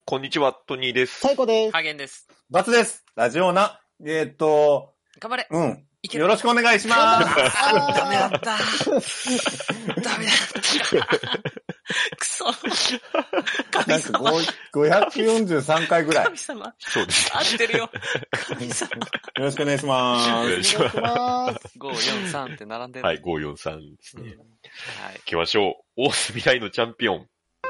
こんにちは、トニーです。 最高です。 ハーゲンです。 バツです。ラジオナ。 頑張れ。 うん。よろしくお願いします。 ダメだった。ダメだった。くそ。神様。 なんか543回ぐらい。 神様。 そうです。 合ってるよ。神様。 よろしくお願いします。 お願いします。 543って並んでる。 はい、543ですね。 はい。 行きましょう。オース未来のチャンピオン。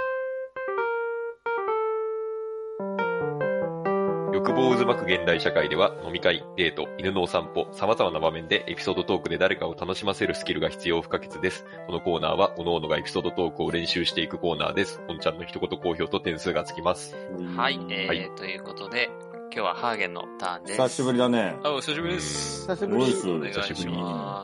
欲望を渦巻く現代社会では飲み会、デート、犬のお散歩、様々な場面でエピソードトークで誰かを楽しませるスキルが必要不可欠です。このコーナーは各々がエピソードトークを練習していくコーナーです。ポンちゃんの一言好評と点数がつきます。 はい、ということで、今日はハーゲンのターンです。 久しぶりだね。 あ、お久しぶりです。 久しぶりです。 お願いします。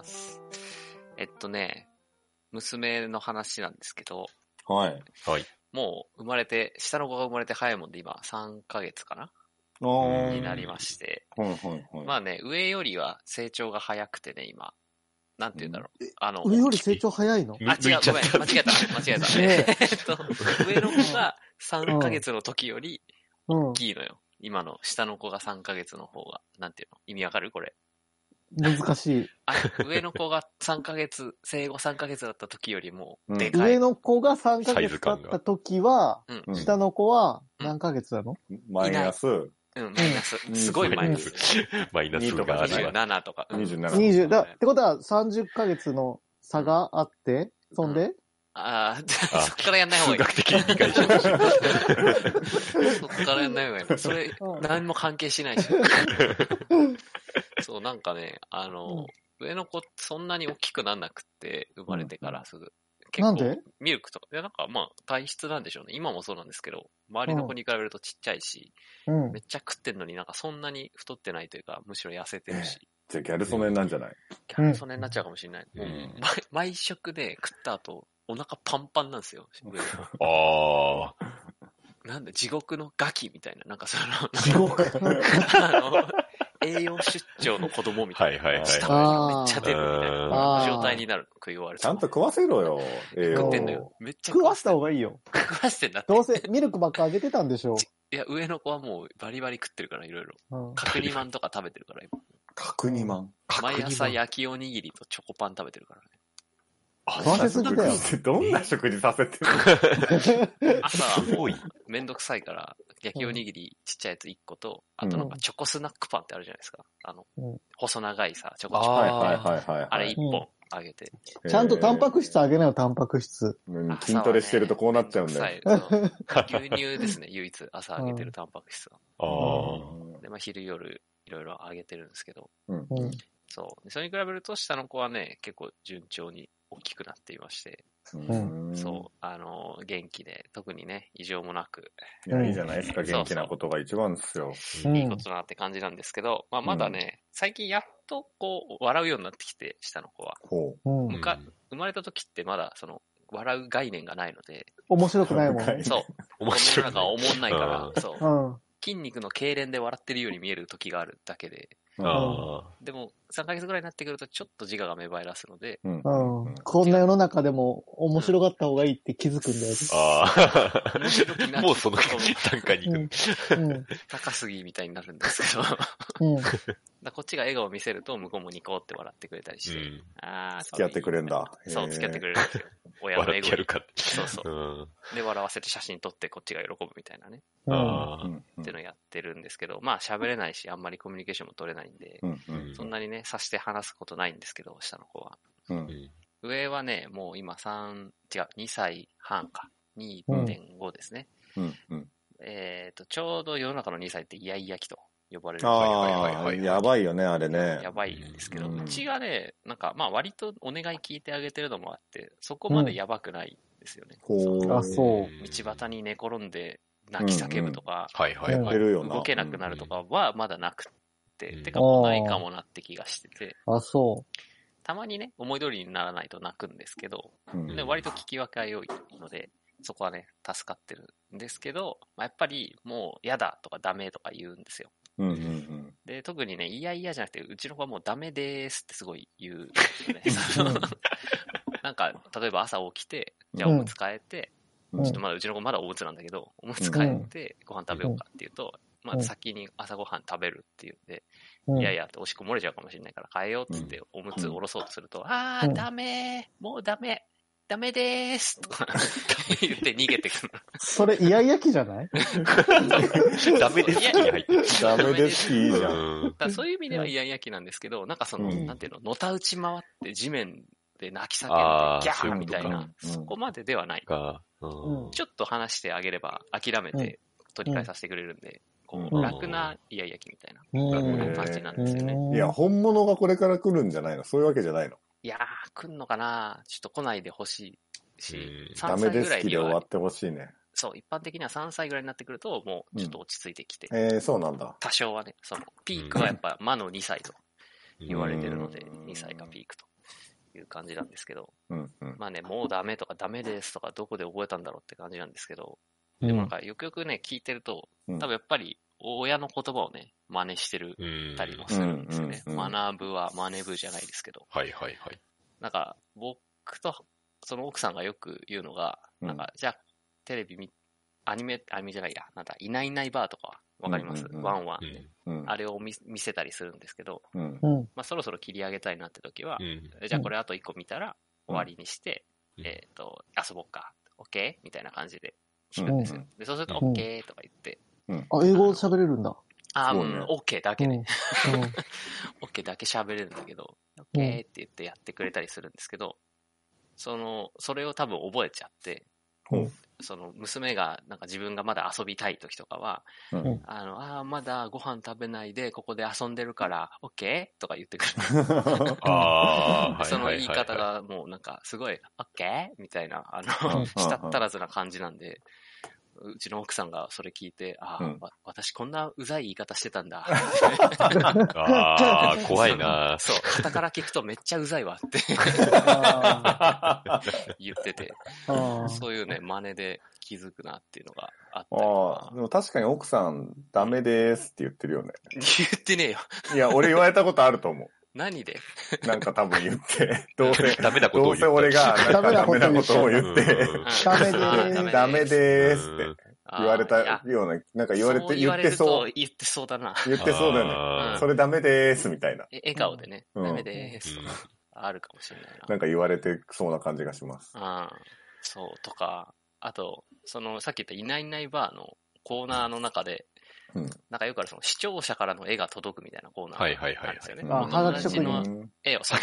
娘の話なんですけど、 はい。 はい。 もう下の子が生まれて早いもんで今3ヶ月かなになりまして。 はいはいはい。 まあね、上よりは成長が早くてね、今。なんて言うんだろう。 上より成長早いの？ 違う、ごめん、間違えた。 ね上の子が3ヶ月の時より大きいのよ。今の下の子が3ヶ月の方が。なんていうの？意味わかる？これ。 難しい。 上の子が3ヶ月、生後3ヶ月だった時よりも、でかい。 上の子が3ヶ月だった時は、下の子は何ヶ月なの？ マイナス。 マイナス。すごいマイナス。 マイナスがある。 27とか。 20だ。ってことは30ヶ月の差があって、そんでそっからやんない方がいい。 数学的に理解しましょう。そっからやんない方がいい。それ、何も関係しないし。そう、なんかね、上の子そんなに大きくなんなくって、生まれてからすぐ。 なんで？ ミルクとか。なんかまあ、体質なんでしょうね。今もそうなんですけど、周りの子に比べるとちっちゃいし、めっちゃ食ってんのになんかそんなに太ってないというか、むしろ痩せてるし。 じゃあギャル曽根なんじゃない？ ギャル曽根になっちゃうかもしれない。毎食で食った後、お腹パンパンなんですよ。なんだ、地獄のガキみたいな。なんか地獄栄養出張の子供みたいな。 はいはいはい。 下がめっちゃ出るみたいな状態になる。食い終わる。 ちゃんと食わせろよ。 食ってんだよ。めっちゃ食わせた方がいいよ。 食わせてんだって。 どうせミルクばっかあげてたんでしょ。 いや、上の子はもうバリバリ食ってるから、いろいろ。角煮まんとか食べてるから、今。 角煮まん。 毎朝焼きおにぎりとチョコパン食べてるからね。 食わせすぎだよ。 どんな食事させてる朝はもうめんどくさいから、焼きおにぎりちっちゃいやつ1個と、あとなんかチョコスナックパンってあるじゃないですか。細長いさ、チョコチョコ。あれ1本あげて。 ちゃんとタンパク質あげなよ、タンパク質。 筋トレしてるとこうなっちゃうんだよ。 牛乳ですね、唯一朝あげてるタンパク質は。で、まあ昼夜いろいろあげてるんですけど。そう。それに比べると下の子はね、結構順調に大きくなっていまして、そう、元気で、特にね、異常もなく。 いや、いいじゃないですか、元気なことが一番ですよ。 いいことだなって感じなんですけど、まあまだね、最近やっとこう、笑うようになってきて、下の子は。生まれた時ってまだ、笑う概念がないので。 面白くないもんね。 そう。面白くない。おもんないから、そう。筋肉の痙攣で笑ってるように見える時があるだけで。でも、3ヶ月ぐらいになってくると、ちょっと自我が芽生え出すので。 こんな世の中でも面白がった方がいいって気づくんだよね。もうその段階に行く。 高杉みたいになるんですけど。こっちが笑顔を見せると、向こうもニコって笑ってくれたりして。 付き合ってくれんだ。 そう、付き合ってくれるんですよ。親の笑ってやるかって。 そうそう。で、笑わせて写真撮ってこっちが喜ぶみたいなね。っていうのをやってるんですけど、まあ喋れないし、あんまりコミュニケーションも取れないんで、そんなにね、さして話すことないんですけど、下の子は。上はね、もう今2歳半か。2.5 ですね。ちょうど世の中の2歳ってイヤイヤ期と呼ばれる。 やばいよね、あれね。 やばいんですけど、うちがね、なんかまあ割とお願い聞いてあげてるのもあって、そこまでやばくないですよね。 あ、そう。 道端に寝転んで泣き叫ぶとか、動けなくなるとかはまだなくて、てかもうないかもなって気がしてて。 あ、そう。 たまにね、思い通りにならないと泣くんですけど、で割と聞き分けが良いので、そこはね、助かってるんですけど、まあ、やっぱりもう嫌だとかダメとか言うんですよ。で、特にね、いやいやじゃなくて、うちの子はもうダメでーすってすごい言う、ね。なんか、例えば朝起きて、じゃあおむつ替えて、 ちょっとまだうちの子まだおむつなんだけど、おむつ替えてご飯食べようかっていうと、まあ先に朝ごはん食べるっていうんで、いやいやっておしっこ漏れちゃうかもしれないから変えようって言っておむつ下ろそうとすると、ダメー、もうダメでーすとか言って逃げてくる。 それイヤイヤ期じゃないダメです気に入ってる。 ダメです気いいじゃん。 だそういう意味ではイヤイヤ期なんですけど、なんかその、なんていうの、のたうち回って地面で泣き叫んでギャーみたいな、そこまでではない。ちょっと話してあげれば諦めて取り替えさせてくれるんで、こう楽なイヤイヤ期みたいな感じなんですよね。 いや、本物がこれから来るんじゃないの？そういうわけじゃないの？ いやー、来んのかな？ちょっと来ないでほしいし、 ダメです気で終わってほしいね。 そう、一般的には3歳ぐらいになってくると、もうちょっと落ち着いてきて。 そうなんだ。 多少はね、その、ピークはやっぱ魔の2歳と言われてるので、2歳がピークという感じなんですけど、まあね、もうダメとかダメですとかどこで覚えたんだろうって感じなんですけど、でもなんかよくよくね、聞いてると、多分やっぱり親の言葉をね、真似してるたりもするんですよね。学ぶは真似ぶじゃないですけど。 はいはいはい。 なんか、僕とその奥さんがよく言うのが、なんか、じゃあ、テレビアニメじゃないや、なんだ、いないいないばーとかわかります？ワンワンで。あれを見せたりするんですけど、まあそろそろ切り上げたいなって時は、じゃあこれあと1個見たら終わりにして、遊ぼっか、OK? みたいな感じで聞くんですよ。で、そうすると OK とか言って、 英語喋れるんだ。 OK だけね。OK だけ喋れるんだけど、OK って言ってやってくれたりするんですけど、それを多分覚えちゃって、その娘がなんか自分がまだ遊びたい時とかは、まだご飯食べないでここで遊んでるから OK? とか言ってくる。その言い方がもうなんかすごい OK? みたいな、したったらずな感じなんで、うちの奥さんがそれ聞いて、私こんなうざい言い方してたんだ。 怖いな。 そう、傍から聞くとめっちゃうざいわって言ってて、そういうね、真似で気づくなっていうのがあったりとか。 でも確かに奥さん、ダメですって言ってるよね。 言ってねえよ。 いや、俺言われたことあると思う。 何でなんか多分言って、どうせ俺がダメなことを言って、ダメでーすって言われたような、なんか言ってそう。 言ってそうだな。 言ってそうだよね。それダメでーすみたいな。 笑顔でね、ダメでーすとか、あるかもしれないな。 なんか言われてそうな感じがします。 そう、とか、あと、さっき言ったいないいないばーのコーナーの中で、なんかよくある視聴者からの絵が届くみたいなコーナーがあるんですよね。 はがき職の人。 絵を言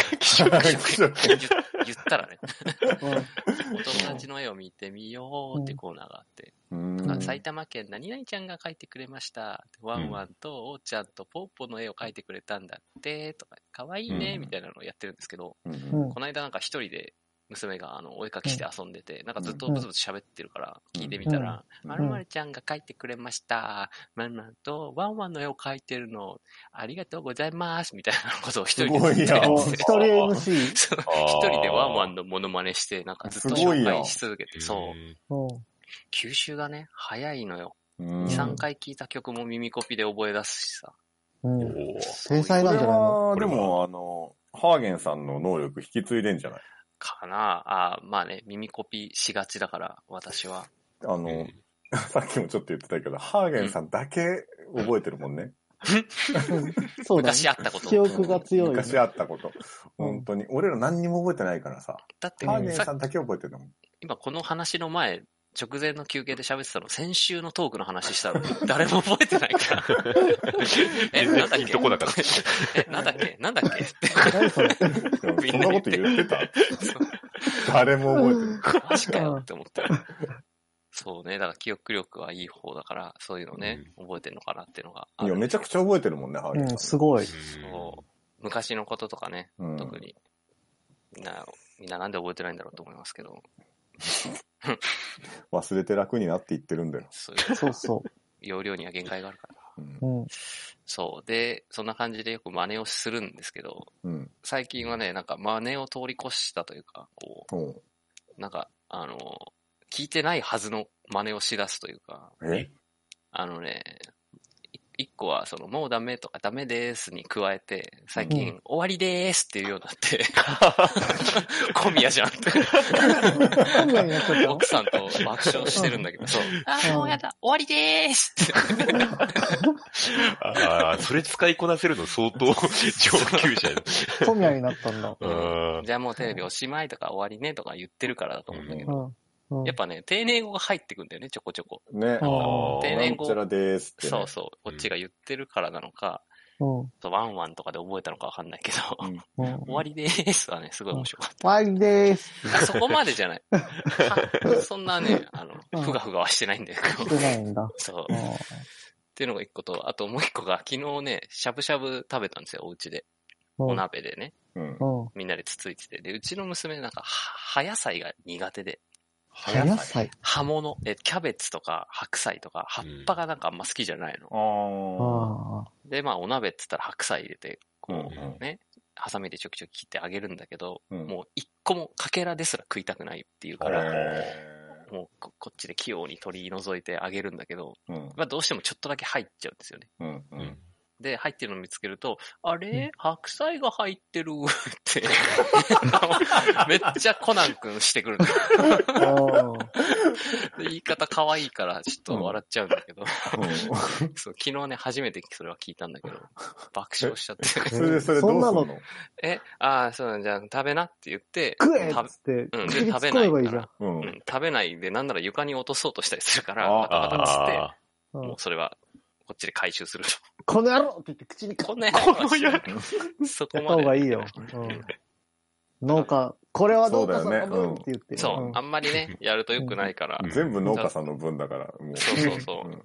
ったらね。お友達の絵を見てみようっていうコーナーがあって、埼玉県何々ちゃんが描いてくれました。ワンワンとおーちゃんとポッポの絵を描いてくれたんだってとか、かわいいねみたいなのをやってるんですけど、この間なんか一人で娘がお絵かきして遊んでて、なんかずっとブツブツ喋ってるから聞いてみたら、まるまるちゃんが描いてくれました。まるまるとワンワンの絵を描いてるの、ありがとうございますみたいなことを一人でずっとやってて。 一人 MC？ 一人でワンワンのモノマネして、なんかずっと紹介し続けて、そう。吸収がね、早いのよ。2、3回聞いた曲も耳コピで覚え出すしさ。 天才なんじゃないの？ でも、ハーゲンさんの能力引き継いでんじゃないかな。まあね、耳コピしがちだから、私は。 さっきもちょっと言ってたけど、ハーゲンさんだけ覚えてるもんね。 そうだね。 昔あったこと。 記憶が強い。 昔あったこと。本当に。俺ら何にも覚えてないからさ。 だって、 ハーゲンさんだけ覚えてるもん。 今この話の前、直前の休憩で喋ってたの、先週のトークの話したら、誰も覚えてないから。なんだっけなんだっけって。 何それそんなこと言ってた誰も覚えてない。 マジかよって思って。そうね。だから記憶力はいい方だから、そういうのね、覚えてるのかなっていうのがある。 いや、めちゃくちゃ覚えてるもんね、ハーゲンさん。 すごい。 そう。昔のこととかね、特に。みんななんで覚えてないんだろうと思いますけど。 忘れて楽になっていってるんだよ。 そうそう。 容量には限界があるから。そう。で、そんな感じでよく真似をするんですけど、最近はね、なんか真似を通り越したというか、なんか、聞いてないはずの真似をしだすというか、一個は、もうダメとかダメですに加えて、最近、終わりでーすっていうようになって、小宮じゃんって。奥さんと爆笑してるんだけど、そう。もうやだ、終わりでーすって。 それ使いこなせるの相当上級者や。 小宮になったんだ。 じゃあもうテレビおしまいとか終わりねとか言ってるからだと思うんだけど、やっぱね、丁寧語が入ってくんだよね、ちょこちょこ。 ね。 丁寧語。 こちらですって、 そうそう。こっちが言ってるからなのか、ワンワンとかで覚えたのかわかんないけど、終わりでーすはね、すごい面白かった。 終わりでーす。 そこまでじゃない。そんなね、ふがふがはしてないんだけど。 してないんだ。 そう。っていうのが一個と、あともう一個が昨日ね、しゃぶしゃぶ食べたんですよ、お家で。お鍋でね。みんなでつついてて。で、うちの娘なんか、葉野菜が苦手で。 葉野菜葉物、キャベツとか白菜とか、葉っぱがなんかあんま好きじゃないの。で、まあ、お鍋って言ったら白菜入れて、こうね、ハサミでちょきちょき切ってあげるんだけど、もう一個もかけらですら食いたくないっていうから、もうこっちで器用に取り除いてあげるんだけど、まあどうしてもちょっとだけ入っちゃうんですよね。で、入ってるのを見つけると、あれ白菜が入ってるってめっちゃコナン君してくるんだ言い方可愛いからちょっと笑っちゃうんだけど、そう昨日ね、初めてそれは聞いたんだけど、爆笑しちゃって。 それどうすんの？ そうなんじゃあ食べなって言って、 食えっつって、 食べないから、食べないでなんなら床に落とそうとしたりするから、バタバタっつって、もうそれは、こっちで回収すると。 この野郎って言って口にこの野郎そこまで。 やった方がいいよ。農家、これは農家さんの分って言って。 そう、あんまりね、やると良くないから。 全部農家さんの分だから。 そう。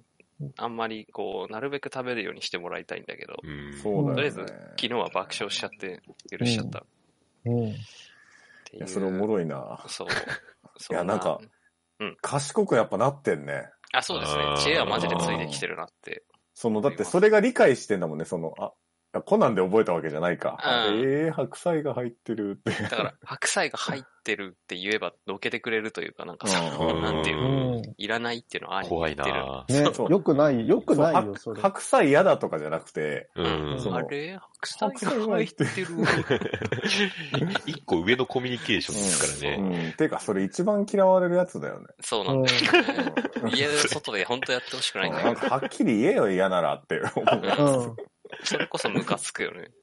あんまりこう、なるべく食べるようにしてもらいたいんだけど。 そうだよね。 とりあえず、昨日は爆笑しちゃって許しちゃった。 いや、それおもろいな。 そう。 いや、なんか、賢くやっぱなってんね。 そうですね。知恵はマジでついてきてるなって。 だってそれが理解してんだもんね、コナンで覚えたわけじゃないか。白菜が入ってるって。 だから、白菜が入ってるって言えば、どけてくれるというか、なんかなんていうの、いらないっていうのは怖いなね、よくないよ、それ。 白菜嫌だとかじゃなくて、 あれ白菜が入ってる。 一個上のコミュニケーションですからね。 てか、それ一番嫌われるやつだよね。 そうなんだよね。家の外で本当やってほしくないんだよ。 なんかはっきり言えよ、嫌ならって思う。 それこそムカつくよね。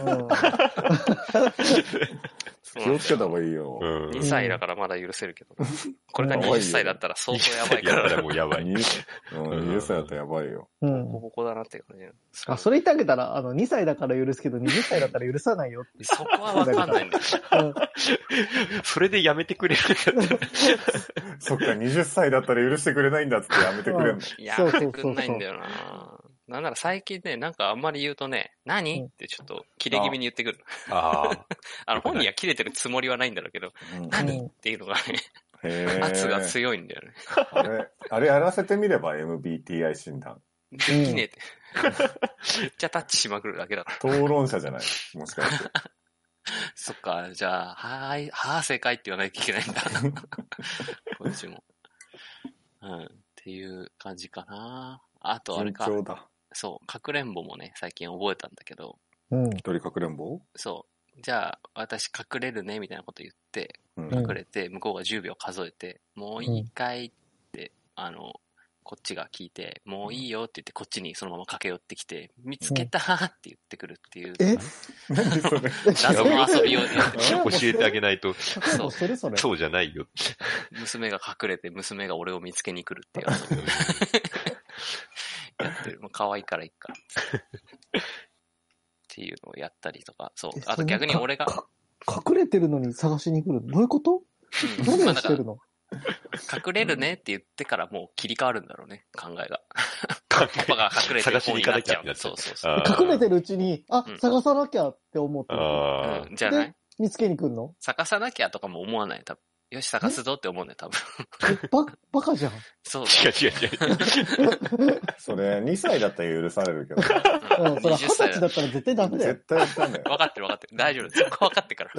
気をつけた方がいいよ。 2歳だからまだ許せるけど。これが20歳だったら相当やばいから。 もうやばい。 20歳だったらやばいよ。 ボコボコだなっていう感じ。 それ言ってあげたら、2歳だから許すけど、20歳だったら許さないよって。 そこはわかんないんだよ。 それでやめてくれる。 そっか、20歳だったら許してくれないんだってやめてくれるの。 やめてくんないんだよな。なんなら最近ね、なんかあんまり言うとね、何ってちょっと切れ気味に言ってくる。本人は切れてるつもりはないんだろうけど、何っていうのがね、圧が強いんだよね。 あれやらせてみれば MBTI 診断。 できねえって。めっちゃタッチしまくるだけだから。 討論者じゃないもしかして。 そっか、じゃあ、正解って言わないといけないんだ。こっちも。っていう感じかな。あとあれか。そう、かくれんぼもね、最近覚えたんだけど。 一人かくれんぼ？ そう。じゃあ、私隠れるね、みたいなこと言って、隠れて、向こうが10秒数えて、もういいかいって、こっちが聞いて、もういいよって言って、こっちにそのまま駆け寄ってきて、見つけたって言ってくるっていう。 何それ？ 謎の遊びを教えてあげないと。 そうじゃないよ。 娘が隠れて、娘が俺を見つけに来るっていう遊びを。やってる。もう可愛いからいっか。っていうのをやったりとか。そう。あと逆に俺が。 隠れてるのに探しに来る。どういうこと？何をしてるの？ 隠れるねって言ってからもう切り替わるんだろうね、考えが。パパが隠れてる方になっちゃう。そう。 隠れてるうちに、探さなきゃって思って。 じゃない？ 見つけに来るの？ 探さなきゃとかも思わない、多分。よし、探すぞって思うね、多分。 バカじゃん。 そう。 違う。 それ、2歳だったら許されるけど。 それ20歳だったら絶対ダメだよ。 絶対ダメ。 分かってる。大丈夫。そこ分かってから。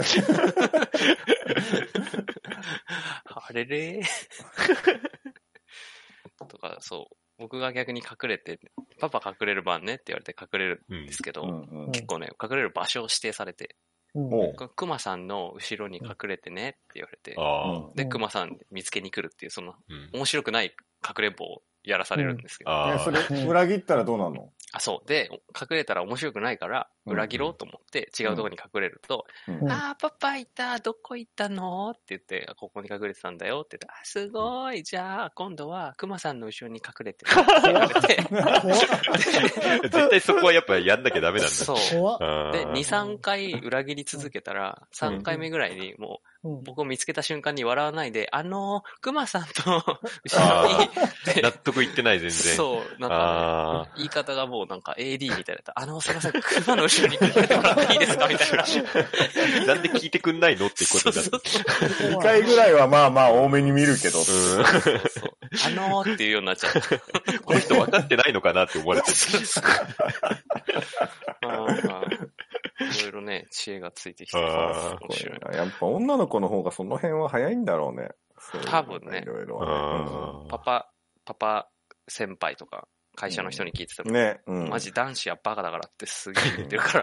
あれれとか、そう。 僕が逆に隠れて、パパ隠れる番ねって言われて隠れるんですけど、結構ね、隠れる場所を指定されて、クマさんの後ろに隠れてねって言われて、で、クマさん見つけに来るっていう、その、面白くない隠れんぼをやらされるんですけど。 それ、裏切ったらどうなの？ そう。で、隠れたら面白くないから、裏切ろうと思って違うところに隠れると、パパいた、どこ行ったのって言って、ここに隠れてたんだよって言って、すごい、じゃあ、今度は、クマさんの後ろに隠れて、って言われて。 絶対そこはやっぱやんなきゃダメなんだ。 そう。で、2、3回裏切り続けたら、3回目ぐらいにもう、僕を見つけた瞬間に笑わないで、クマさんと後ろに、 納得いってない全然。 そう、なんか、ね、言い方がもうなんか AD みたいだった。すいません、クマの後ろに隠れてもらっていいですかみたいな。 なんで聞いてくんないのってことだ。 2回ぐらいはまあまあ多めに見るけど。 そうっていうようになっちゃう。 この人分かってないのかなって思われてる。 いろいろね、知恵がついてきて面白い。やっぱ女の子の方がその辺は早いんだろうね。 多分ね。 いろいろ。 パパ先輩とか、会社の人に聞いてたもんね。 マジ男子はバカだからってすげえ言ってるから。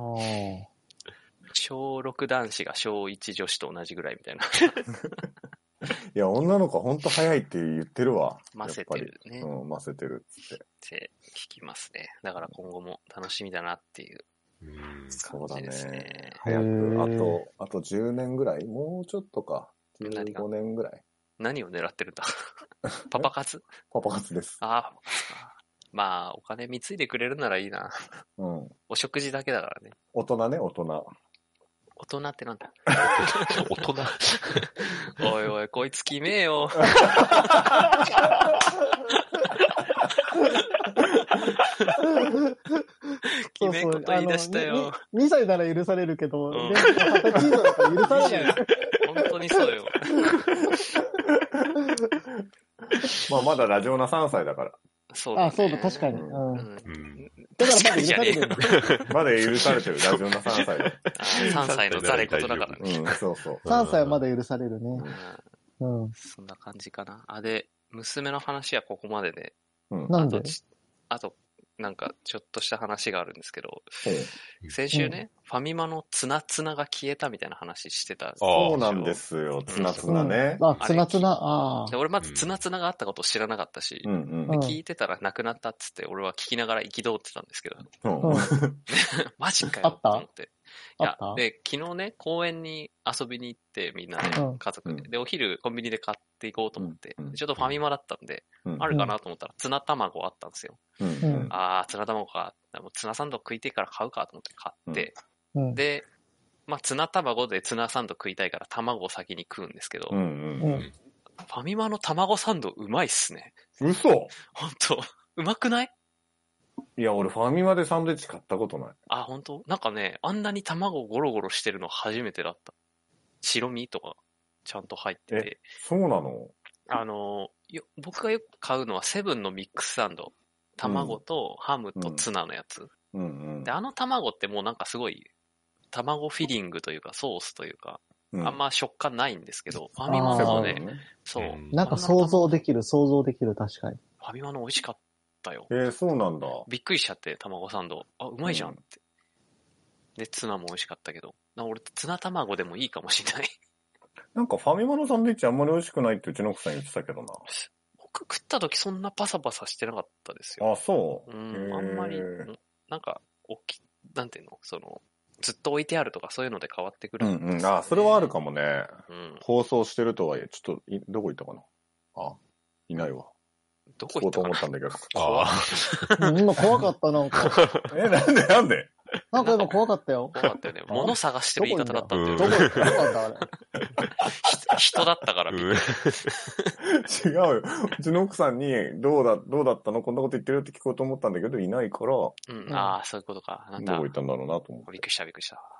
小6男子が小1女子と同じぐらいみたいな。 いや、女の子はほんと早いって言ってるわ。 ませてるね。 ませてるって。 って聞きますね。だから今後も楽しみだなっていう感じですね。 早く、あと10年ぐらいもうちょっとか。15年ぐらい。 何を狙ってるんだパパ活？ パパ活です。 パパ活か。まあ、お金貢いでくれるならいいな。お食事だけだからね。 大人ね、大人。 大人ってなんだ大人おいおい、こいつ決めよ。決めんこと言い出したよ。 2歳なら許されるけど、20歳だから許されない。 本当にそうよ。 まあまだラジオナ3歳だから。 そうだ、ね。 そうだ、確かに。だからまだ許される。 まだ許されてる、ラジオナ3歳だ。 3歳のざれことだからね。 そうそう。 3歳はまだ許されるね。 そんな感じかな。で、娘の話はここまでで。 なんで？ あと、なんか、ちょっとした話があるんですけど、先週ね、ファミマのツナツナが消えたみたいな話してた。 そうなんですよ、ツナツナね。 ツナツナ、 俺まずツナツナがあったことを知らなかったし、聞いてたらなくなったっつって、俺は聞きながら憤ってたんですけど、マジかよと思って。いや、で、昨日ね、公園に遊びに行って、みんなね、家族で。で、お昼コンビニで買っていこうと思って、ちょっとファミマだったんで、あるかなと思ったら、ツナ卵あったんですよ。ツナ卵か。ツナサンド食いてえから買うかと思って買って、で、まあ、ツナ卵でツナサンド食いたいから卵を先に食うんですけど、ファミマの卵サンドうまいっすね。 嘘？ ほんと。うまくない？ いや、俺ファミマでサンドイッチ買ったことない。 あ、ほんと？なんかね、あんなに卵ゴロゴロしてるの初めてだった。白身とかちゃんと入ってて。 そうなの？ 僕がよく買うのはセブンのミックスサンド。卵とハムとツナのやつ。で、卵ってもうなんかすごい、卵フィリングというかソースというか、あんま食感ないんですけど、ファミマのね、そう。 なんか想像できる、確かに。 ファミマの美味しかったよ。 そうなんだ。 びっくりしちゃって、卵サンド。あ、うまいじゃんって。で、ツナも美味しかったけど、俺、ツナ卵でもいいかもしれない。 なんかファミマのサンドイッチあんまり美味しくないってうちの奥さん言ってたけどな。 僕食った時そんなパサパサしてなかったですよ。 あ、そう？ あんまり、なんか、なんていうのずっと置いてあるとかそういうので変わってくるんです、 ね。それはあるかもね。放送してるとはいえ、ちょっと、どこ行ったかな？いないわ。 どこ行ったかな？ と思ったんだけど。 今怖かった、なんか。 なんでなんか今怖かったよ。 怖かったよね。物探してる言い方だったんだよ。 どこだあれ。 人だったからびっくり。 違うよ。うちの奥さんに、どうだったのこんなこと言ってるって聞こうと思ったんだけど、いないから。 ああ、そういうことか。 どこ行ったんだろうなと思って。 びっくりした。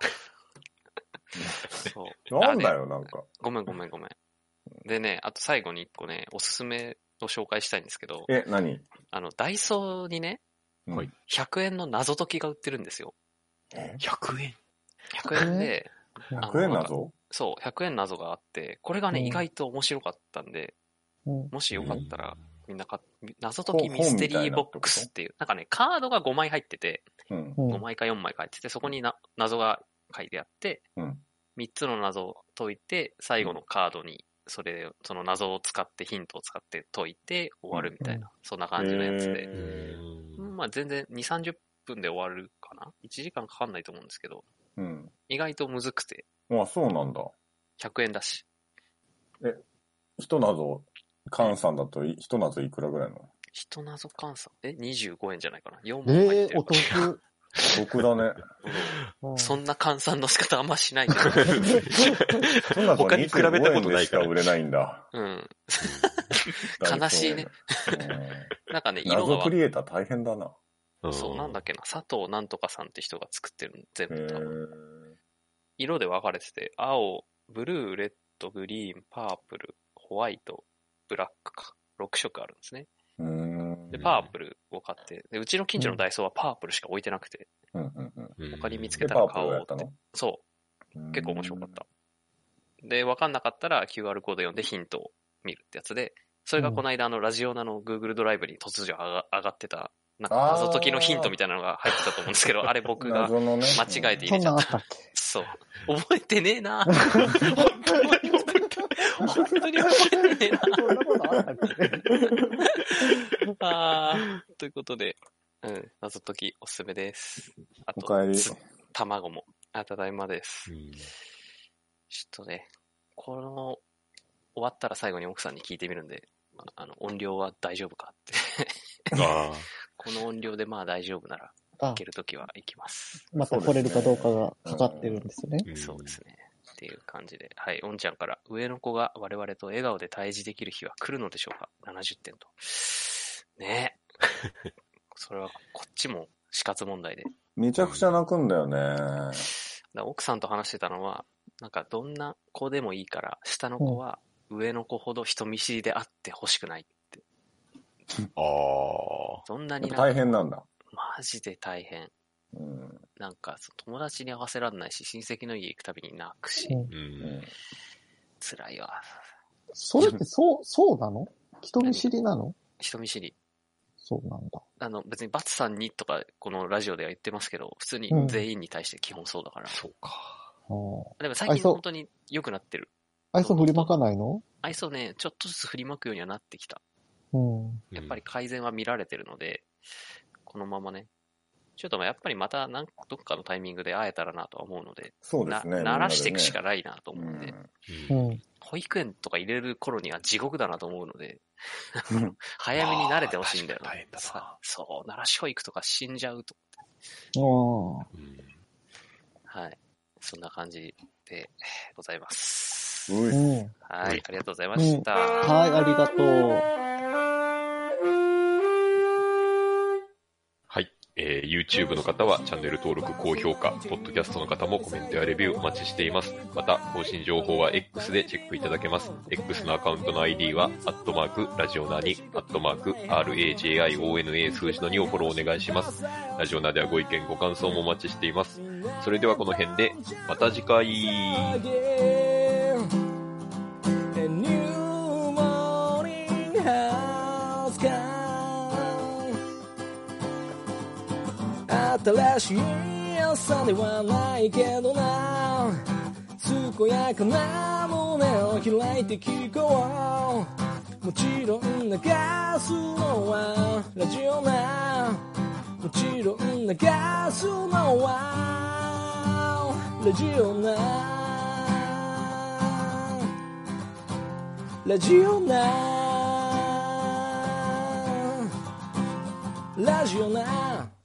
そう。なんだよ、なんか。 ごめん。でね、あと最後に一個ね、おすすめを紹介したいんですけど。 何？ ダイソーにね、100円の謎解きが売ってるんですよ。 100円 ?100 円で、 100円謎？ そう、100円謎があって、これがね、意外と面白かったんで、もしよかったらみんな謎解きミステリーボックスっていう、なんかね、カードが5枚入ってて、5枚か4枚か入ってて、そこに謎が書いてあって、3つの謎を解いて、最後のカードに、その謎を使って、ヒントを使って解いて終わるみたいな、そんな感じのやつで。まあ全然2、30分で終わるかな ?1 時間かかんないと思うんですけど、意外とむずくて。 あ、そうなんだ。 100円だし。 一謎、換算だと一謎いくらぐらいの？ 一謎換算25円じゃないかな。4枚入ってる。 お得。 お得だね。 そんな換算の仕方あんましないけど。 他に比べたことないから。 売れないんだ。 悲しいね。なんかね、色が。 謎クリエイター大変だな。 そう、なんだっけな。佐藤なんとかさんって人が作ってるの、全部多分。色で分かれてて、青、ブルー、レッド、グリーン、パープル、ホワイト、ブラックか。6色あるんですね。で、パープルを買って、で、うちの近所のダイソーはパープルしか置いてなくて、他に見つけたら買おうって。そう。結構面白かった。で、分かんなかったら QR コード読んでヒントを見るってやつで、それがこの間ラジオナの Google ドライブに突如上がってた、なんか謎解きのヒントみたいなのが入ってたと思うんですけど、あれ僕が間違えて入れちゃった。そう。覚えてねえな。本当に覚えてねえな。そんなことあったっけ？ということで、謎解きおすすめです。あと、卵も。ただいまです。ちょっとね、終わったら最後に奥さんに聞いてみるんで、音量は大丈夫かってこの音量でまあ大丈夫なら、行けるときは行きます。 また来れるかどうかがかかってるんですよね。 そうですね。っていう感じで。はい、おんちゃんから、上の子が我々と笑顔で対峙できる日は来るのでしょうか ?70 点と。ねえ。それはこっちも死活問題で。 めちゃくちゃ泣くんだよね。 奥さんと話してたのは、なんかどんな子でもいいから、下の子は上の子ほど人見知りであってほしくないって。そんなに大変なんだ。 マジで大変。なんか友達に合わせらんないし、親戚の家行くたびに泣くし、辛いわ。 それってそうなの？人見知りなの？ 人見知り。 そうなんだ。 別にバツさんにとかこのラジオでは言ってますけど、普通に全員に対して基本そうだから。 そうか。 でも最近本当に良くなってる。 愛想振りまかないの？愛想ね、ちょっとずつ振りまくようにはなってきた。やっぱり改善は見られてるので、このままね。ちょっとやっぱりまたどっかのタイミングで会えたらなとは思うので、 そうですね。 慣らしていくしかないなと思うんで、保育園とか入れる頃には地獄だなと思うので、早めに慣れてほしいんだよね。そう、慣らし保育とか死んじゃうと思って。はい。そんな感じでございます。はい、ありがとうございました。 はい、ありがとう。 YouTube の方はチャンネル登録、高評価、Podcast の方もコメントやレビューお待ちしています。また、更新情報は X でチェックいただけます。X のアカウントの ID は、ラジオナに、RAJIONA 数字の2をフォローお願いします。ラジオナではご意見、ご感想もお待ちしています。それではこの辺で、また次回。 新しい朝ではないけどな、健やかな胸を開いて聞こう。もちろん流すのはラジオな、もちろん流すのはラジオな、ラジオな、ラジオな。